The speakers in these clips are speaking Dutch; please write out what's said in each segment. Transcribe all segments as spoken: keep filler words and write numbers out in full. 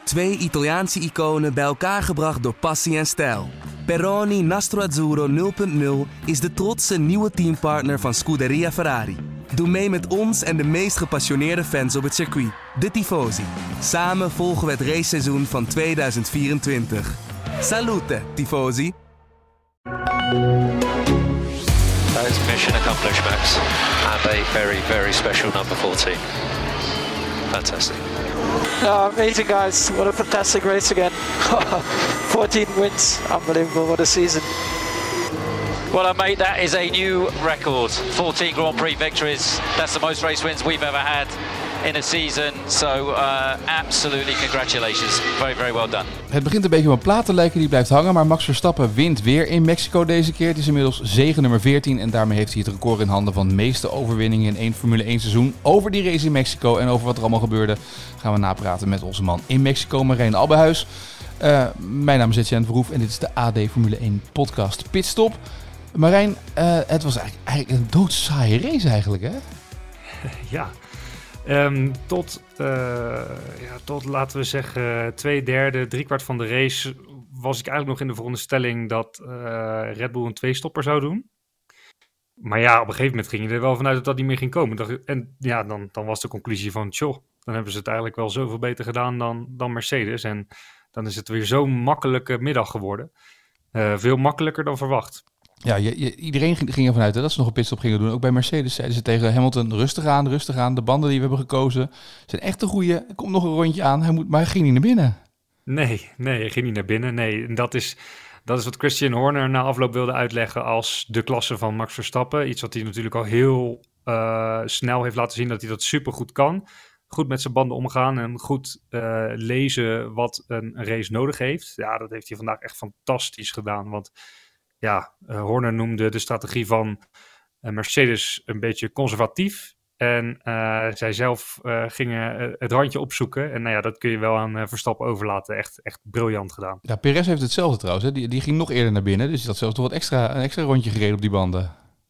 Twee Italiaanse iconen bij elkaar gebracht door passie en stijl. Peroni Nastro Azzurro nul punt nul is de trotse nieuwe teampartner van Scuderia Ferrari. Doe mee met ons en de meest gepassioneerde fans op het circuit, de Tifosi. Samen volgen we het raceseizoen van tweeduizend vierentwintig. Salute, Tifosi! That is mission accomplished, Max. And a very, very special number fourteen. Fantastic. Oh, amazing, guys. What a fantastic race again. fourteen wins. Unbelievable. What a season. Well, mate, that is a new record. fourteen Grand Prix victories. That's the most race wins we've ever had in a season. So, uh, absolutely congratulations. Very, very well done. Het begint een beetje op een plaat te lijken die blijft hangen, maar Max Verstappen wint weer in Mexico deze keer. Het is inmiddels zege nummer veertien en daarmee heeft hij het record in handen van de meeste overwinningen in één Formule één seizoen. Over die race in Mexico en over wat er allemaal gebeurde gaan we napraten met onze man in Mexico, Marijn Albehuis. Uh, mijn naam is Etienne Verhoef en dit is de A D Formule één podcast Pitstop. Marijn, uh, het was eigenlijk, eigenlijk een doodsaaie race eigenlijk, hè? Ja, um, tot, uh, ja, tot laten we zeggen twee derde, driekwart van de race was ik eigenlijk nog in de veronderstelling dat uh, Red Bull een tweestopper zou doen. Maar ja, op een gegeven moment ging je er wel vanuit dat dat niet meer ging komen. En ja, dan, dan was de conclusie van, tjoh, dan hebben ze het eigenlijk wel zoveel beter gedaan dan, dan Mercedes. En dan is het weer zo'n makkelijke middag geworden. Uh, veel makkelijker dan verwacht. Ja, je, je, iedereen ging, ging ervan uit hè, dat ze nog een pitstop gingen doen. Ook bij Mercedes zeiden ze tegen Hamilton, rustig aan, rustig aan. De banden die we hebben gekozen zijn echt een goeie. Er komt nog een rondje aan, hij moet, maar hij ging niet naar binnen. Nee, nee, hij ging niet naar binnen. Nee, en dat is, dat is wat Christian Horner na afloop wilde uitleggen als de klasse van Max Verstappen. Iets wat hij natuurlijk al heel uh, snel heeft laten zien dat hij dat supergoed kan. Goed met zijn banden omgaan en goed uh, lezen wat een, een race nodig heeft. Ja, dat heeft hij vandaag echt fantastisch gedaan, want ja, uh, Horner noemde de strategie van uh, Mercedes een beetje conservatief. En uh, zij zelf uh, gingen uh, het randje opzoeken. En nou ja, dat kun je wel aan uh, Verstappen overlaten. Echt, echt briljant gedaan. Ja, Perez heeft hetzelfde trouwens. Hè? Die, die ging nog eerder naar binnen. Dus die had zelfs nog wat extra, een extra rondje gereden op die banden.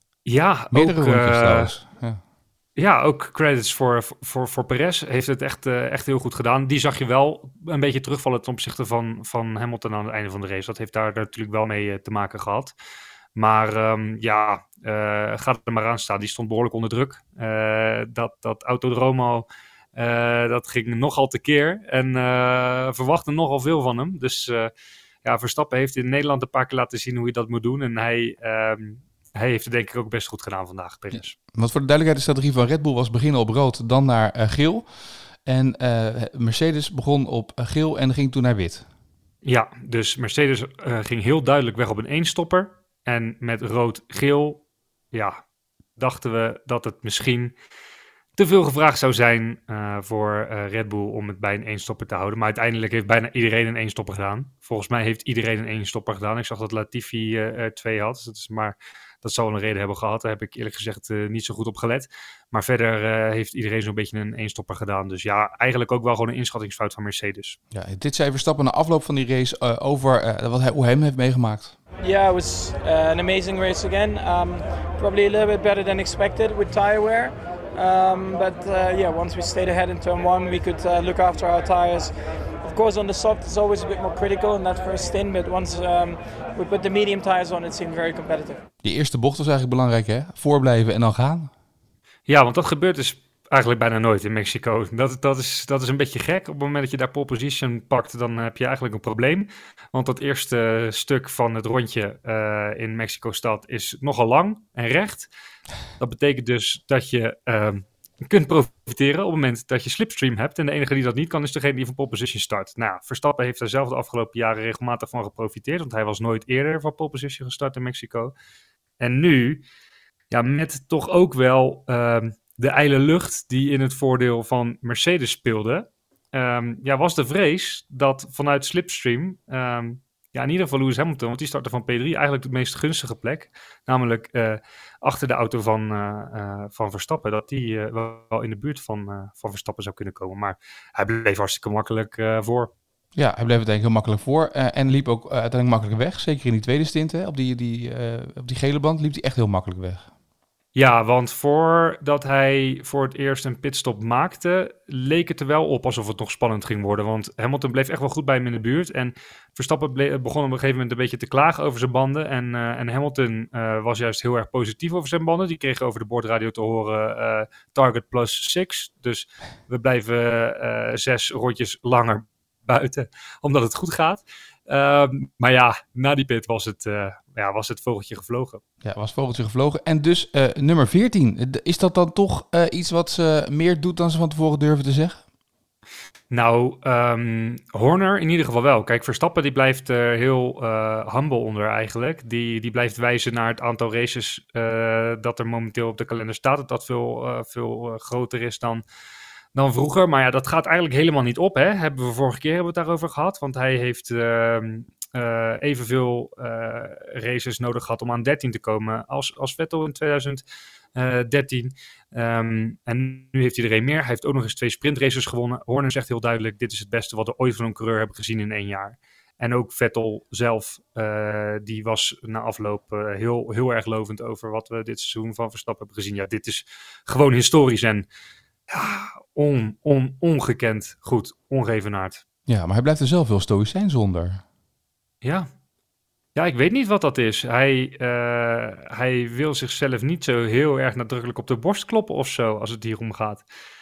Ja, meerdere ook, rondjes uh, trouwens. Ja. Ja, ook credits voor, voor, voor Perez. Heeft het echt, uh, echt heel goed gedaan. Die zag je wel een beetje terugvallen ten opzichte van, van Hamilton aan het einde van de race. Dat heeft daar natuurlijk wel mee uh, te maken gehad. Maar um, ja, uh, gaat er maar aan staan. Die stond behoorlijk onder druk. Uh, dat, dat Autodromo, uh, dat ging nogal tekeer. En uh, verwachten nogal veel van hem. Dus uh, ja, Verstappen heeft in Nederland een paar keer laten zien hoe hij dat moet doen. En hij... Um, Hij heeft het denk ik ook best goed gedaan vandaag, Perez. Ja, want voor de duidelijkheid, de strategie van Red Bull was beginnen op rood, dan naar uh, geel. En uh, Mercedes begon op uh, geel en ging toen naar wit. Ja, dus Mercedes uh, ging heel duidelijk weg op een eenstopper. En met rood-geel, ja, dachten we dat het misschien te veel gevraagd zou zijn uh, voor uh, Red Bull om het bij een eenstopper te houden. Maar uiteindelijk heeft bijna iedereen een eenstopper gedaan. Volgens mij heeft iedereen een eenstopper gedaan. Ik zag dat Latifi uh, er twee had, dus dat is maar... Dat zal een reden hebben gehad. Daar heb ik eerlijk gezegd uh, niet zo goed op gelet. Maar verder uh, heeft iedereen zo'n beetje een eenstopper gedaan. Dus ja, eigenlijk ook wel gewoon een inschattingsfout van Mercedes. Ja, dit zei Verstappen na afloop van die race uh, over uh, wat hij, hoe hij hem heeft meegemaakt. Yeah, it was uh, an amazing race again. Um, probably a little bit better than expected with tire wear. Um, but uh, yeah, once we stayed ahead in turn one, we could uh, look after our tires. Of course, on the soft, it's always a bit more critical in that first stint. But once um, we put the medium tires on, it seemed very competitive. Die eerste bocht was eigenlijk belangrijk, hè? Voorblijven en dan gaan. Ja, want dat gebeurt dus eigenlijk bijna nooit in Mexico. Dat, dat, is, dat is een beetje gek. Op het moment dat je daar pole position pakt, dan heb je eigenlijk een probleem. Want dat eerste stuk van het rondje uh, in Mexico-stad is nogal lang en recht. Dat betekent dus dat je uh, kunt profiteren op het moment dat je slipstream hebt. En de enige die dat niet kan, is degene die van pole position start. Nou, Verstappen heeft daar zelf de afgelopen jaren regelmatig van geprofiteerd. Want hij was nooit eerder van pole position gestart in Mexico. En nu, ja, met toch ook wel uh, de ijle lucht die in het voordeel van Mercedes speelde. Um, ja, was de vrees dat vanuit slipstream... Um, Ja, in ieder geval Lewis Hamilton, want die startte van P drie eigenlijk de meest gunstige plek. Namelijk uh, achter de auto van, uh, uh, van Verstappen. Dat die uh, wel in de buurt van, uh, van Verstappen zou kunnen komen. Maar hij bleef hartstikke makkelijk uh, voor. Ja, hij bleef het denk ik heel makkelijk voor. Uh, en liep ook uh, uiteindelijk makkelijk weg. Zeker in die tweede stint, hè, op, die, die, uh, op die gele band liep hij echt heel makkelijk weg. Ja, want voordat hij voor het eerst een pitstop maakte, leek het er wel op alsof het nog spannend ging worden. Want Hamilton bleef echt wel goed bij hem in de buurt. En Verstappen ble- begon op een gegeven moment een beetje te klagen over zijn banden. En, uh, en Hamilton uh, was juist heel erg positief over zijn banden. Die kreeg over de boordradio te horen uh, target plus six. Dus we blijven uh, zes rondjes langer buiten, omdat het goed gaat. Um, maar ja, na die pit was het, uh, ja, was het vogeltje gevlogen. Ja, was vogeltje gevlogen. En dus uh, nummer veertien. Is dat dan toch uh, iets wat ze meer doet dan ze van tevoren durven te zeggen? Nou, um, Horner in ieder geval wel. Kijk, Verstappen die blijft uh, heel uh, humble onder eigenlijk. Die, die blijft wijzen naar het aantal races uh, dat er momenteel op de kalender staat. Dat dat veel, uh, veel uh, groter is dan... dan vroeger. Maar ja, dat gaat eigenlijk helemaal niet op. Hè? Hebben we vorige keer hebben we het daarover gehad. Want hij heeft uh, uh, evenveel uh, races nodig gehad om aan dertien te komen als, als Vettel in twintig dertien. Um, en nu heeft iedereen meer. Hij heeft ook nog eens twee sprintraces gewonnen. Horner zegt heel duidelijk, dit is het beste wat we ooit van een coureur hebben gezien in één jaar. En ook Vettel zelf, uh, die was na afloop uh, heel, heel erg lovend over wat we dit seizoen van Verstappen hebben gezien. Ja, dit is gewoon historisch en ja, on, on, ongekend goed, ongeëvenaard. Ja, maar hij blijft er zelf heel stoïcijns onder. Ja. Ja, ik weet niet wat dat is. Hij, uh, hij wil zichzelf niet zo heel erg nadrukkelijk op de borst kloppen of zo, als het hier om gaat.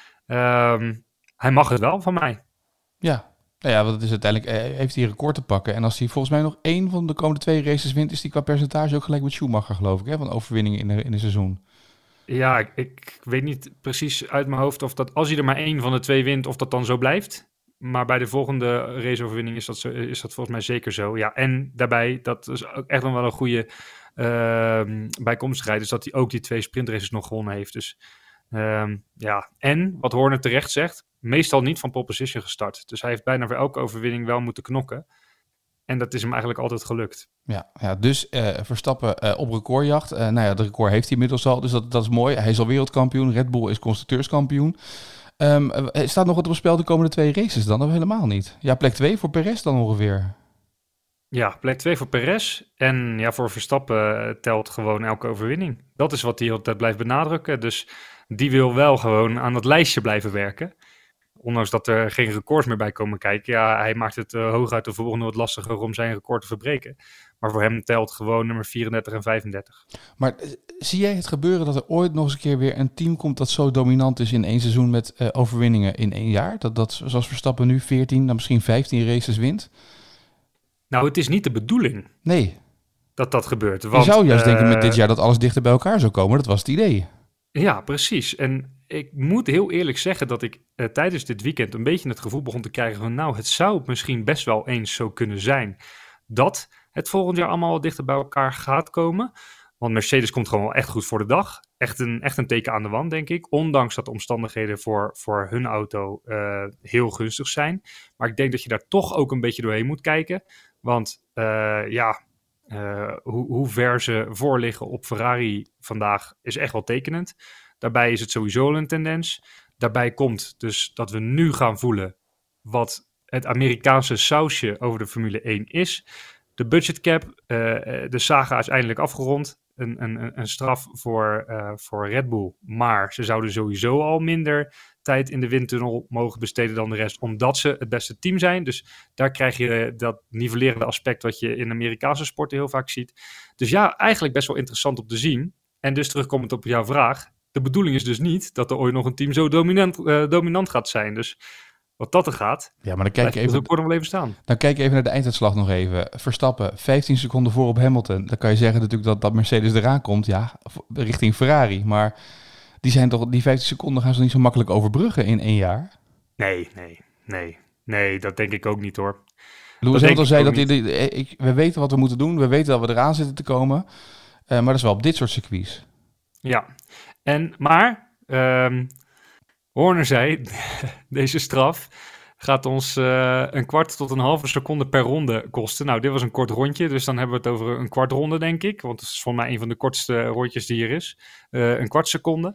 Um, hij mag het wel van mij. Ja, nou ja, want het is uiteindelijk uh, heeft hij een record te pakken. En als hij volgens mij nog één van de komende twee races wint, is hij qua percentage ook gelijk met Schumacher, geloof ik, hè, van overwinningen in, de, in een seizoen. Ja, ik, ik weet niet precies uit mijn hoofd of dat, als hij er maar één van de twee wint, of dat dan zo blijft. Maar bij de volgende raceoverwinning is dat, zo, is dat volgens mij zeker zo. Ja, en daarbij, dat is ook echt nog wel een goede uh, bijkomstigheid, is dat hij ook die twee sprintraces nog gewonnen heeft. Dus um, ja, en wat Horner terecht zegt, meestal niet van pole position gestart. Dus hij heeft bijna voor elke overwinning wel moeten knokken. En dat is hem eigenlijk altijd gelukt. Ja, ja dus uh, Verstappen uh, op recordjacht. Uh, nou ja, de record heeft hij inmiddels al, dus dat, dat is mooi. Hij is al wereldkampioen, Red Bull is constructeurskampioen. Um, staat nog wat op het spel de komende twee races dan? Of helemaal niet? Ja, plek twee voor Perez dan ongeveer. Ja, plek twee voor Perez. En ja, voor Verstappen telt gewoon elke overwinning. Dat is wat hij altijd blijft benadrukken. Dus die wil wel gewoon aan dat lijstje blijven werken. Ondanks dat er geen records meer bij komen kijken. Ja, hij maakt het uh, hooguit de volgende wat lastiger om zijn record te verbreken. Maar voor hem telt gewoon nummer vierendertig en vijfendertig. Maar uh, zie jij het gebeuren dat er ooit nog eens een keer weer een team komt dat zo dominant is in één seizoen met uh, overwinningen in één jaar? Dat, dat zoals Verstappen nu veertien, dan misschien vijftien races wint? Nou, het is niet de bedoeling. Nee. Dat dat gebeurt. Want, je zou juist uh, denken met dit jaar dat alles dichter bij elkaar zou komen. Dat was het idee. Ja, precies. En ik moet heel eerlijk zeggen dat ik uh, tijdens dit weekend een beetje het gevoel begon te krijgen van nou, het zou misschien best wel eens zo kunnen zijn dat het volgend jaar allemaal wat dichter bij elkaar gaat komen. Want Mercedes komt gewoon wel echt goed voor de dag. Echt een, echt een teken aan de wand, denk ik. Ondanks dat de omstandigheden voor, voor hun auto uh, heel gunstig zijn. Maar ik denk dat je daar toch ook een beetje doorheen moet kijken. Want uh, ja, uh, hoe, hoe ver ze voorliggen op Ferrari vandaag is echt wel tekenend. Daarbij is het sowieso een tendens. Daarbij komt dus dat we nu gaan voelen wat het Amerikaanse sausje over de Formule één is. De budgetcap, uh, de saga is eindelijk afgerond. Een, een, een straf voor, uh, voor Red Bull. Maar ze zouden sowieso al minder tijd in de windtunnel mogen besteden dan de rest, omdat ze het beste team zijn. Dus daar krijg je dat nivellerende aspect wat je in Amerikaanse sporten heel vaak ziet. Dus ja, eigenlijk best wel interessant om te zien. En dus terugkomend op jouw vraag. De bedoeling is dus niet dat er ooit nog een team zo dominant, uh, dominant gaat zijn. Dus wat dat er gaat, ja, maar dan kijk je even, nog wel even staan. Dan kijk je even naar de einduitslag nog even. Verstappen, vijftien seconden voor op Hamilton. Dan kan je zeggen natuurlijk dat, dat Mercedes eraan komt, ja, richting Ferrari. Maar die, zijn toch, die vijftien seconden gaan ze niet zo makkelijk overbruggen in één jaar? Nee, nee, nee. Nee, dat denk ik ook niet hoor. Lewis Hamilton zei dat, die, die, ik, we weten wat we moeten doen. We weten dat we eraan zitten te komen. Uh, maar dat is wel op dit soort circuits. Ja, en maar... Um, Horner zei, deze straf gaat ons uh, een kwart tot een halve seconde per ronde kosten. Nou, dit was een kort rondje, dus dan hebben we het over een kwart ronde, denk ik. Want het is volgens mij een van de kortste rondjes die er is. Uh, een kwart seconde.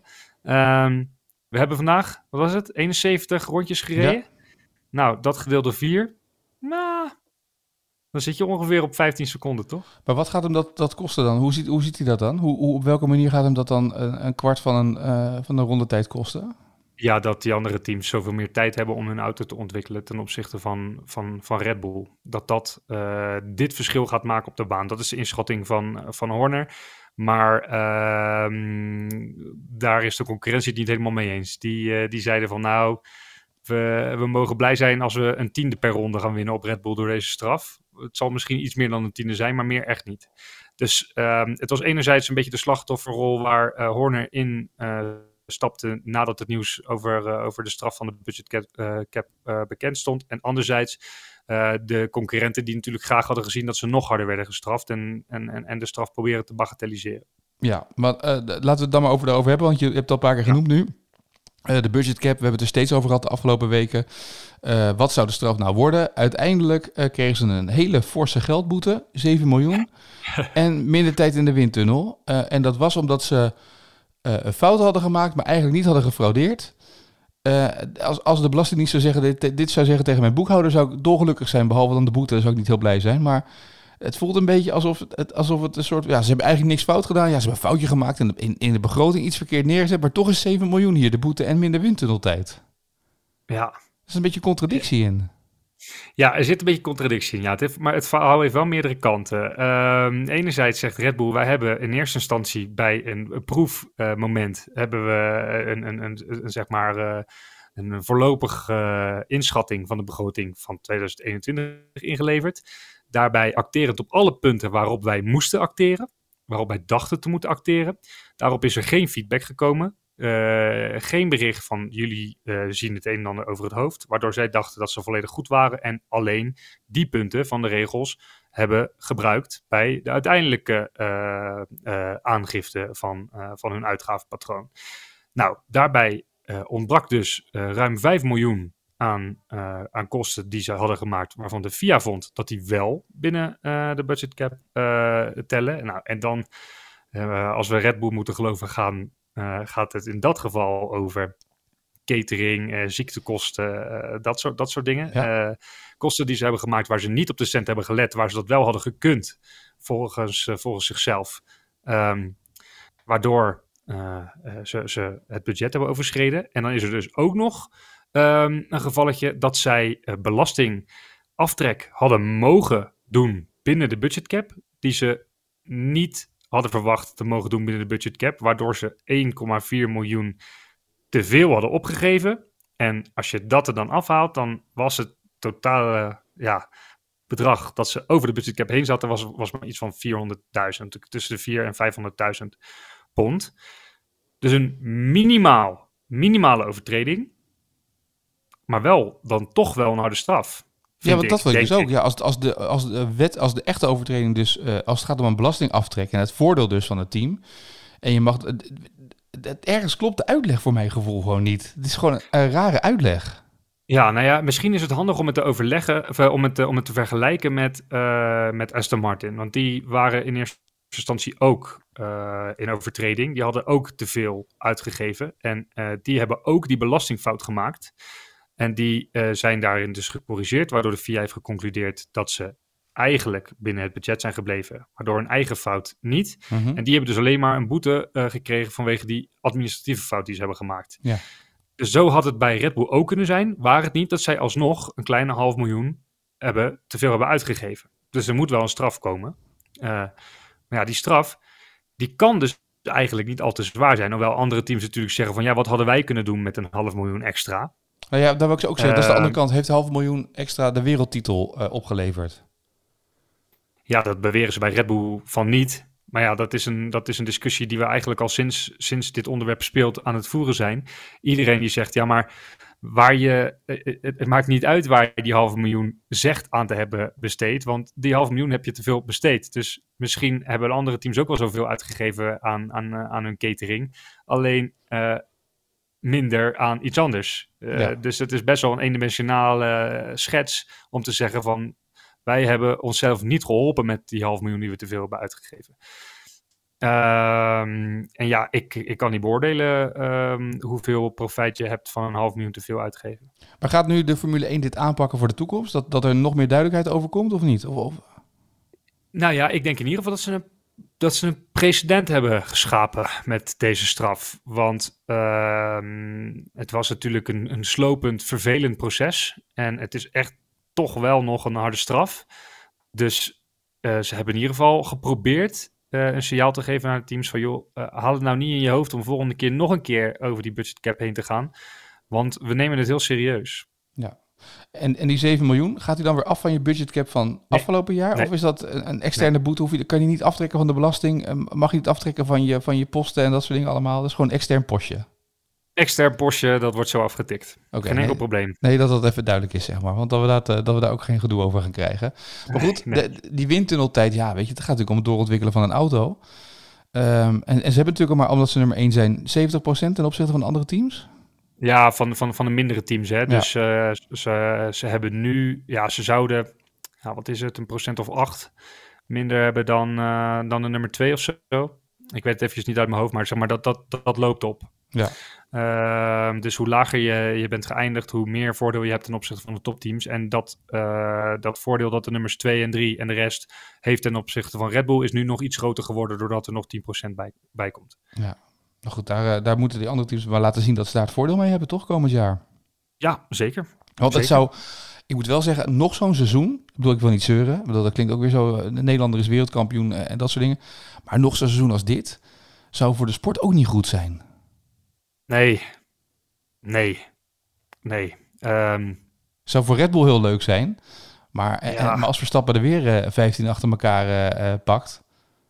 Um, we hebben vandaag, wat was het, eenenzeventig rondjes gereden. Ja. Nou, dat gedeeld door vier. Nou, Dan zit je ongeveer op vijftien seconden, toch? Maar wat gaat hem dat, dat kosten dan? Hoe ziet, hoe ziet hij dat dan? Hoe, hoe, op welke manier gaat hem dat dan een, een kwart van een, uh, van een rondetijd kosten? Ja, dat die andere teams zoveel meer tijd hebben om hun auto te ontwikkelen ten opzichte van, van, van Red Bull. Dat dat uh, dit verschil gaat maken op de baan. Dat is de inschatting van, van Horner. Maar uh, daar is de concurrentie het niet helemaal mee eens. Die, uh, die zeiden van nou, we, we mogen blij zijn als we een tiende per ronde gaan winnen op Red Bull door deze straf. Het zal misschien iets meer dan een tiende zijn, maar meer echt niet. Dus uh, het was enerzijds een beetje de slachtofferrol waar uh, Horner in uh, stapte nadat het nieuws over, uh, over de straf van de budget cap, uh, cap uh, bekend stond. En anderzijds uh, de concurrenten die natuurlijk graag hadden gezien dat ze nog harder werden gestraft en, en, en, en de straf proberen te bagatelliseren. Ja, maar uh, laten we het dan maar over, over hebben, want je hebt het al een paar keer genoemd ja. nu. Uh, de budget cap, we hebben het er steeds over gehad de afgelopen weken. Uh, wat zou de straf nou worden? Uiteindelijk uh, kregen ze een hele forse geldboete, zeven miljoen. En minder tijd in de windtunnel. Uh, en dat was omdat ze uh, een fout hadden gemaakt, maar eigenlijk niet hadden gefraudeerd. Uh, als, als de Belastingdienst zou zeggen, dit, dit zou zeggen tegen mijn boekhouder, zou ik dolgelukkig zijn. Behalve dan de boete, dan zou ik niet heel blij zijn. Maar het voelt een beetje alsof het, alsof het een soort... Ja, ze hebben eigenlijk niks fout gedaan. Ja, ze hebben een foutje gemaakt en in, in de begroting iets verkeerd neergezet. Maar toch is zeven miljoen hier, de boete en minder windtunneltijd. Ja. Er is een beetje contradictie in. Ja, er zit een beetje contradictie in. Ja, het heeft, maar het verhaal heeft wel meerdere kanten. Um, enerzijds zegt Red Bull, wij hebben in eerste instantie bij een, een proefmoment... Uh, hebben we een, een, een, een, zeg maar... Uh, een voorlopige uh, inschatting van de begroting van tweeduizend eenentwintig ingeleverd. Daarbij acterend op alle punten waarop wij moesten acteren. Waarop wij dachten te moeten acteren. Daarop is er geen feedback gekomen. Uh, geen bericht van jullie uh, zien het een en ander over het hoofd. Waardoor zij dachten dat ze volledig goed waren. En alleen die punten van de regels hebben gebruikt bij de uiteindelijke uh, uh, aangifte van, uh, van hun uitgavenpatroon. Nou, daarbij uh, ontbrak dus uh, ruim vijf miljoen aan, uh, aan kosten die ze hadden gemaakt, waarvan de F I A vond dat die wel binnen uh, de budgetcap uh, tellen. Nou, en dan, uh, als we Red Bull moeten geloven, gaan, uh, gaat het in dat geval over catering, uh, ziektekosten, uh, dat, soort, dat soort dingen. Ja. Uh, kosten die ze hebben gemaakt waar ze niet op de cent hebben gelet, waar ze dat wel hadden gekund, volgens, uh, volgens zichzelf. Um, waardoor uh, uh, ze, ze het budget hebben overschreden. En dan is er dus ook nog Um, een gevalletje dat zij uh, belastingaftrek hadden mogen doen binnen de budgetcap, die ze niet hadden verwacht te mogen doen binnen de budgetcap, waardoor ze één komma vier miljoen te veel hadden opgegeven. En als je dat er dan afhaalt, dan was het totale ja, bedrag dat ze over de budgetcap heen zaten, was, was maar iets van vierhonderdduizend, tussen de vierhonderdduizend en vijfhonderdduizend pond. Dus een minimaal, minimale overtreding. Maar wel, dan toch wel een harde straf. Ja, want dat wil ik dus ook. Ja, als, als, de, als de wet, als de echte overtreding dus, uh, als het gaat om een belastingaftrek en het voordeel dus van het team. En je mag, het, het, ergens klopt de uitleg voor mijn gevoel gewoon niet. Het is gewoon een, een rare uitleg. Ja, nou ja, misschien is het handig om het te overleggen, of, om, het te, om het te vergelijken met, uh, met Aston Martin. Want die waren in eerste instantie ook uh, in overtreding. Die hadden ook te veel uitgegeven. En uh, die hebben ook die belastingfout gemaakt. En die uh, zijn daarin dus gecorrigeerd, waardoor de F I A heeft geconcludeerd dat ze eigenlijk binnen het budget zijn gebleven, waardoor een eigen fout niet. Mm-hmm. En die hebben dus alleen maar een boete uh, gekregen vanwege die administratieve fout die ze hebben gemaakt. Ja. Dus zo had het bij Red Bull ook kunnen zijn, waar het niet dat zij alsnog een kleine half miljoen hebben, te veel hebben uitgegeven. Dus er moet wel een straf komen. Uh, maar ja, die straf, die kan dus eigenlijk niet al te zwaar zijn, hoewel andere teams natuurlijk zeggen van ja, wat hadden wij kunnen doen met een half miljoen extra? Nou ja, daar wil ik ook zeggen, uh, dat is de andere kant. Heeft een half miljoen extra de wereldtitel uh, opgeleverd? Ja, dat beweren ze bij Red Bull van niet. Maar ja, dat is een, dat is een discussie die we eigenlijk al sinds, sinds dit onderwerp speelt aan het voeren zijn. Iedereen die zegt, ja, maar waar je, het, het maakt niet uit waar je die half miljoen zegt aan te hebben besteed. Want die half miljoen heb je te veel besteed. Dus misschien hebben andere teams ook wel zoveel uitgegeven aan, aan, aan hun catering. Alleen Uh, minder aan iets anders. Uh, ja. Dus het is best wel een eendimensionale uh, schets om te zeggen van wij hebben onszelf niet geholpen met die half miljoen die we te veel hebben uitgegeven. Um, en ja, ik, ik kan niet beoordelen um, hoeveel profijt je hebt van een half miljoen te veel uitgeven. Maar gaat nu de Formule één dit aanpakken voor de toekomst? Dat, dat er nog meer duidelijkheid over komt of niet? Of, of... Nou ja, ik denk in ieder geval dat ze een, dat ze een precedent hebben geschapen met deze straf. Want um, het was natuurlijk een, een slopend, vervelend proces. En het is echt toch wel nog een harde straf. Dus uh, ze hebben in ieder geval geprobeerd uh, een signaal te geven aan de teams van... joh, uh, haal het nou niet in je hoofd om volgende keer nog een keer over die budgetcap heen te gaan. Want we nemen het heel serieus. Ja. En, en die zeven miljoen, gaat die dan weer af van je budgetcap van nee. afgelopen jaar? Nee. Of is dat een, een externe nee. boete? Hoef je, kan je niet aftrekken van de belasting? Mag je niet aftrekken van je, van je posten en dat soort dingen allemaal? Dat is gewoon een extern postje. Extern postje, dat wordt zo afgetikt. Okay, Geen enkel nee, probleem. Nee, dat dat even duidelijk is, zeg maar. Want dat we, dat, dat we daar ook geen gedoe over gaan krijgen. Maar goed, nee, nee. De, die windtunneltijd, ja, weet je, het gaat natuurlijk om het doorontwikkelen van een auto. Um, en, en ze hebben natuurlijk ook maar, omdat ze nummer één zijn, zeventig procent ten opzichte van andere teams? Ja, van, van, van de mindere teams. Hè. Dus ja. uh, ze, ze hebben nu, ja, ze zouden, ja, wat is het, een procent of acht minder hebben dan, uh, dan de nummer twee of zo. Ik weet het eventjes niet uit mijn hoofd, maar zeg maar dat, dat, dat, dat loopt op. Ja. Uh, dus hoe lager je, je bent geëindigd, hoe meer voordeel je hebt ten opzichte van de topteams. En dat, uh, dat voordeel dat de nummers twee en drie en de rest heeft ten opzichte van Red Bull is nu nog iets groter geworden doordat er nog tien procent bij, bij komt. Ja. Nou goed, daar, daar moeten die andere teams wel laten zien dat ze daar het voordeel mee hebben, toch, komend jaar? Ja, zeker. Want het zou, ik moet wel zeggen, nog zo'n seizoen, ik bedoel, ik wil niet zeuren, ik bedoel, dat klinkt ook weer zo, de Nederlander is wereldkampioen en dat soort dingen, maar nog zo'n seizoen als dit zou voor de sport ook niet goed zijn. Nee, nee, nee. Um... Zou voor Red Bull heel leuk zijn, maar, ja. en, maar als Verstappen er weer uh, vijftien achter elkaar uh, pakt...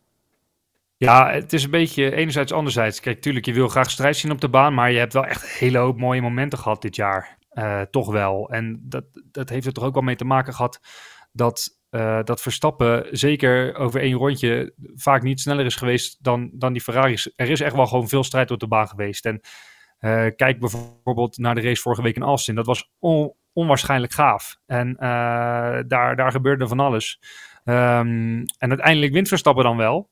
Ja, het is een beetje enerzijds, anderzijds. Kijk, tuurlijk, je wil graag strijd zien op de baan, maar je hebt wel echt een hele hoop mooie momenten gehad dit jaar. Uh, toch wel. En dat, dat heeft er toch ook wel mee te maken gehad dat, uh, dat Verstappen zeker over één rondje vaak niet sneller is geweest dan, dan die Ferraris. Er is echt wel gewoon veel strijd op de baan geweest. En uh, kijk bijvoorbeeld naar de race vorige week in Austin. Dat was on, onwaarschijnlijk gaaf. En uh, daar, daar gebeurde van alles. Um, en uiteindelijk wint Verstappen dan wel.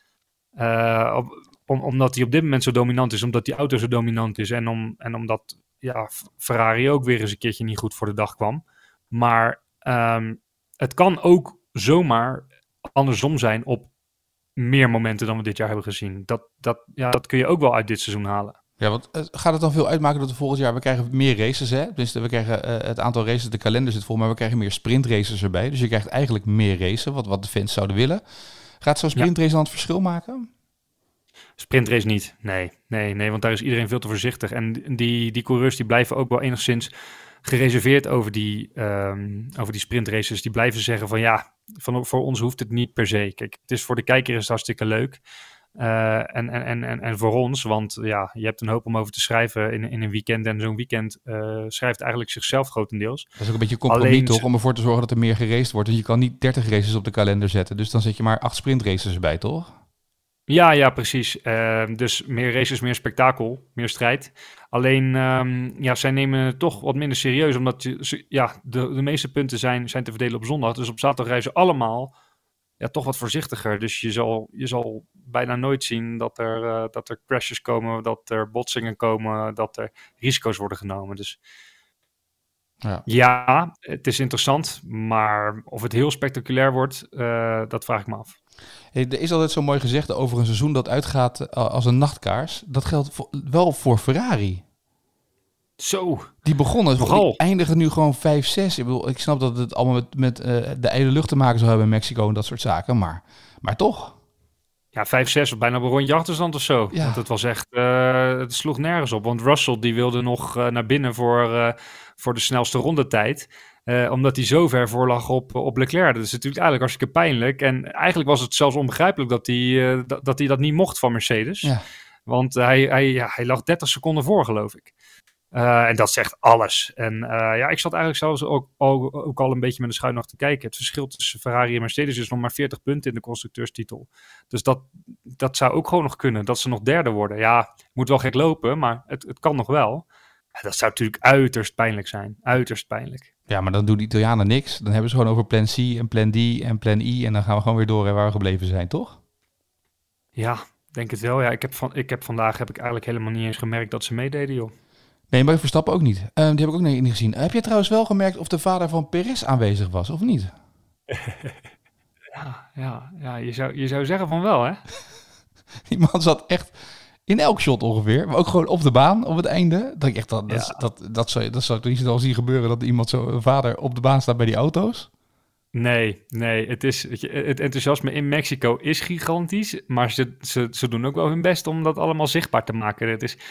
Uh, op, om, omdat hij op dit moment zo dominant is, omdat die auto zo dominant is en, om, en omdat ja, Ferrari ook weer eens een keertje niet goed voor de dag kwam. Maar um, het kan ook zomaar andersom zijn op meer momenten dan we dit jaar hebben gezien. Dat, dat, ja, dat kun je ook wel uit dit seizoen halen. Ja, want gaat het dan veel uitmaken dat we volgend jaar, we krijgen meer races, hè? Tenminste, we krijgen uh, het aantal races, de kalender zit vol, maar we krijgen meer sprintraces erbij. Dus je krijgt eigenlijk meer racen, wat, wat de fans zouden willen. Gaat zo'n sprintrace ja. dan het verschil maken? Sprintrace niet, nee. nee. Nee, want daar is iedereen veel te voorzichtig. En die, die coureurs die blijven ook wel enigszins gereserveerd over die, um, over die sprintraces. Die blijven zeggen van ja, van, voor ons hoeft het niet per se. Kijk, het is voor de kijker is het hartstikke leuk. Uh, en, en, en, en voor ons, want ja, je hebt een hoop om over te schrijven in, in een weekend. En zo'n weekend uh, schrijft eigenlijk zichzelf grotendeels. Dat is ook een beetje een compromis, Alleen, toch? Om ervoor te zorgen dat er meer geraced wordt. Want je kan niet dertig races op de kalender zetten. Dus dan zet je maar acht sprintraces erbij, toch? Ja, ja, precies. Uh, dus meer races, meer spektakel, meer strijd. Alleen, um, ja, zij nemen het toch wat minder serieus. Omdat je, ja, de, de meeste punten zijn, zijn te verdelen op zondag. Dus op zaterdag rijden ze allemaal ja, toch wat voorzichtiger. Dus je zal, je zal bijna nooit zien dat er, uh, dat er crashes komen, dat er botsingen komen, dat er risico's worden genomen. Dus ja, ja het is interessant, maar of het heel spectaculair wordt, uh, dat vraag ik me af. Hey, er is altijd zo mooi gezegd over een seizoen dat uitgaat als een nachtkaars. Dat geldt voor, wel voor Ferrari. Zo. Die begonnen, die eindigen nu gewoon vijf zes. Ik bedoel, ik snap dat het allemaal met, met uh, de ijle lucht te maken zou hebben in Mexico en dat soort zaken, maar, maar toch. Ja, vijf zes of bijna op een rondje achterstand of zo. Ja. Want het was echt, uh, het sloeg nergens op. Want Russell die wilde nog uh, naar binnen voor, uh, voor de snelste rondetijd. Uh, omdat hij zo ver voor lag op, op Leclerc. Dat is natuurlijk eigenlijk hartstikke pijnlijk. En eigenlijk was het zelfs onbegrijpelijk dat hij, uh, dat, dat hij dat niet mocht van Mercedes. Ja. Want hij, hij, ja, hij lag dertig seconden voor, geloof ik. Uh, en dat zegt alles. En uh, ja, ik zat eigenlijk zelfs ook, ook, ook al een beetje met een schuin oog te kijken. Het verschil tussen Ferrari en Mercedes is nog maar veertig punten in de constructeurstitel. Dus dat, dat zou ook gewoon nog kunnen. Dat ze nog derde worden. Ja, moet wel gek lopen, maar het, het kan nog wel. Dat zou natuurlijk uiterst pijnlijk zijn. Uiterst pijnlijk. Ja, maar dan doen de Italianen niks. Dan hebben ze gewoon over plan C en plan D en plan I. En dan gaan we gewoon weer door waar we gebleven zijn, toch? Ja, denk het wel. Ja, ik heb, van, ik heb vandaag heb ik eigenlijk helemaal niet eens gemerkt dat ze meededen, joh. Nee, maar Verstappen ook niet. Uh, die heb ik ook niet gezien. Uh, heb je trouwens wel gemerkt of de vader van Perez aanwezig was, of niet? ja, ja, ja je, zou, je zou zeggen van wel, hè? Die man zat echt in elk shot ongeveer. Maar ook gewoon op de baan op het einde. Dat ik echt dat, dat, ja. dat, dat, dat, zou, dat zou toch niet zo zien gebeuren dat iemand zo een vader op de baan staat bij die auto's? Nee, nee. Het, is, weet je, het enthousiasme in Mexico is gigantisch. Maar ze, ze, ze doen ook wel hun best om dat allemaal zichtbaar te maken. Het is, uh,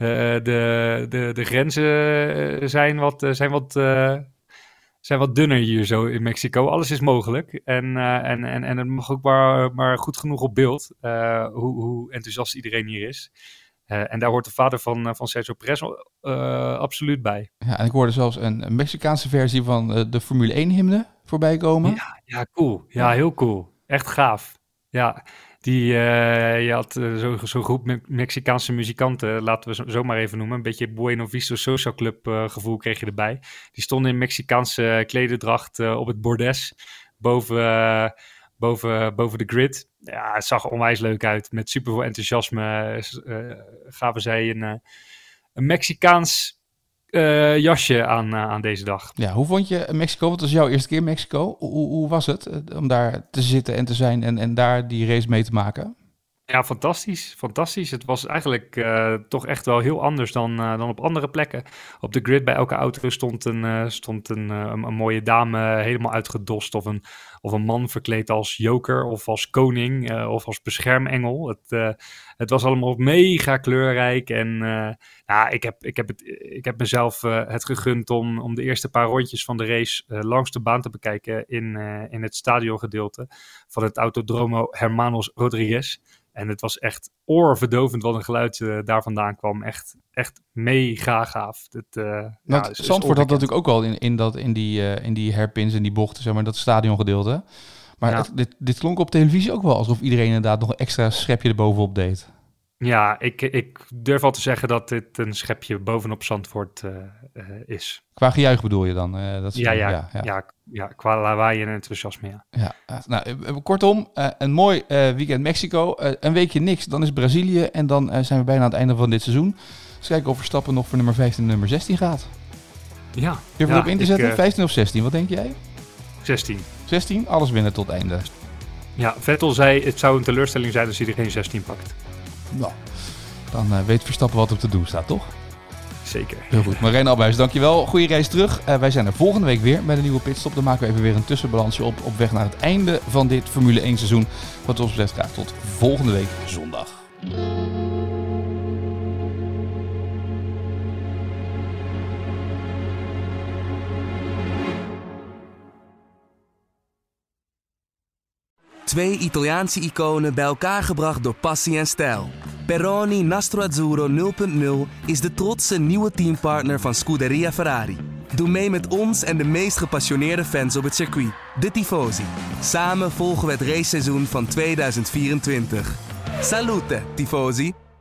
de, de, de grenzen zijn wat, zijn, wat, uh, zijn wat dunner hier zo in Mexico. Alles is mogelijk. En, uh, en, en, en het mag ook maar, maar goed genoeg op beeld uh, hoe, hoe enthousiast iedereen hier is. Uh, en daar hoort de vader van, van Sergio Perez uh, absoluut bij. Ja, en ik hoorde zelfs een, een Mexicaanse versie van uh, de Formule één hymne voorbij komen. Ja, ja, cool. Ja, heel cool. Echt gaaf. Ja, die, uh, je had uh, zo'n zo groep Me- Mexicaanse muzikanten, laten we zo, zo maar even noemen. Een beetje Bueno Visto Social Club uh, gevoel kreeg je erbij. Die stonden in Mexicaanse klederdracht uh, op het bordes boven... Uh, Boven, boven de grid. Ja, het zag er onwijs leuk uit. Met super veel enthousiasme uh, gaven zij een, uh, een Mexicaans uh, jasje aan, uh, aan deze dag. Ja, hoe vond je Mexico? Wat was jouw eerste keer Mexico? Hoe, hoe was het uh, om daar te zitten en te zijn en, en daar die race mee te maken? Ja, fantastisch. Fantastisch. Het was eigenlijk uh, toch echt wel heel anders dan, uh, dan op andere plekken. Op de grid bij elke auto stond een, uh, stond een, uh, een, een mooie dame helemaal uitgedost. Of een, of een man verkleed als joker of als koning uh, of als beschermengel. Het, uh, het was allemaal mega kleurrijk. En uh, nou, ik, heb, ik, heb het, ik heb mezelf uh, het gegund om, om de eerste paar rondjes van de race uh, langs de baan te bekijken in, uh, in het stadiongedeelte van het Autodromo Hermanos Rodriguez. En het was echt oorverdovend wat een geluid uh, daar vandaan kwam. Echt, echt mega gaaf. Het, uh, nou, ja, is, Zandvoort had natuurlijk ook al in, in, dat, in, die, uh, in die hairpins en die bochten, zeg maar, dat stadiongedeelte. Maar ja. het, dit, dit klonk op televisie ook wel alsof iedereen inderdaad nog een extra schepje erbovenop deed. Ja, ik, ik durf al te zeggen dat dit een schepje bovenop Zandvoort uh, uh, is. Qua gejuich bedoel je dan? Uh, dat ja, ja, ja, ja. ja, ja, qua lawaai en enthousiasme, ja. ja nou, kortom, uh, een mooi uh, weekend Mexico. Uh, een weekje niks, dan is Brazilië. En dan uh, zijn we bijna aan het einde van dit seizoen. Dus kijken of Verstappen nog voor nummer vijftien en nummer zestien gaat. Ja. Durf je ja, erop in te zetten? Uh, vijftien of zestien, wat denk jij? zestien. zestien, alles winnen tot einde. Ja, Vettel zei het zou een teleurstelling zijn als hij er geen zestien pakt. Nou, dan uh, weet Verstappen wat op te doen staat, toch? Zeker. Heel goed. Marijn Abhuis, dankjewel. Goeie reis terug. Uh, wij zijn er volgende week weer met een nieuwe pitstop. Dan maken we even weer een tussenbalansje op op weg naar het einde van dit Formule één seizoen. Wat ons betreft graag tot volgende week zondag. Twee Italiaanse iconen bij elkaar gebracht door passie en stijl. Peroni Nastro Azzurro nul punt nul is de trotse nieuwe teampartner van Scuderia Ferrari. Doe mee met ons en de meest gepassioneerde fans op het circuit, de Tifosi. Samen volgen we het raceseizoen van tweeduizend vierentwintig. Salute, Tifosi!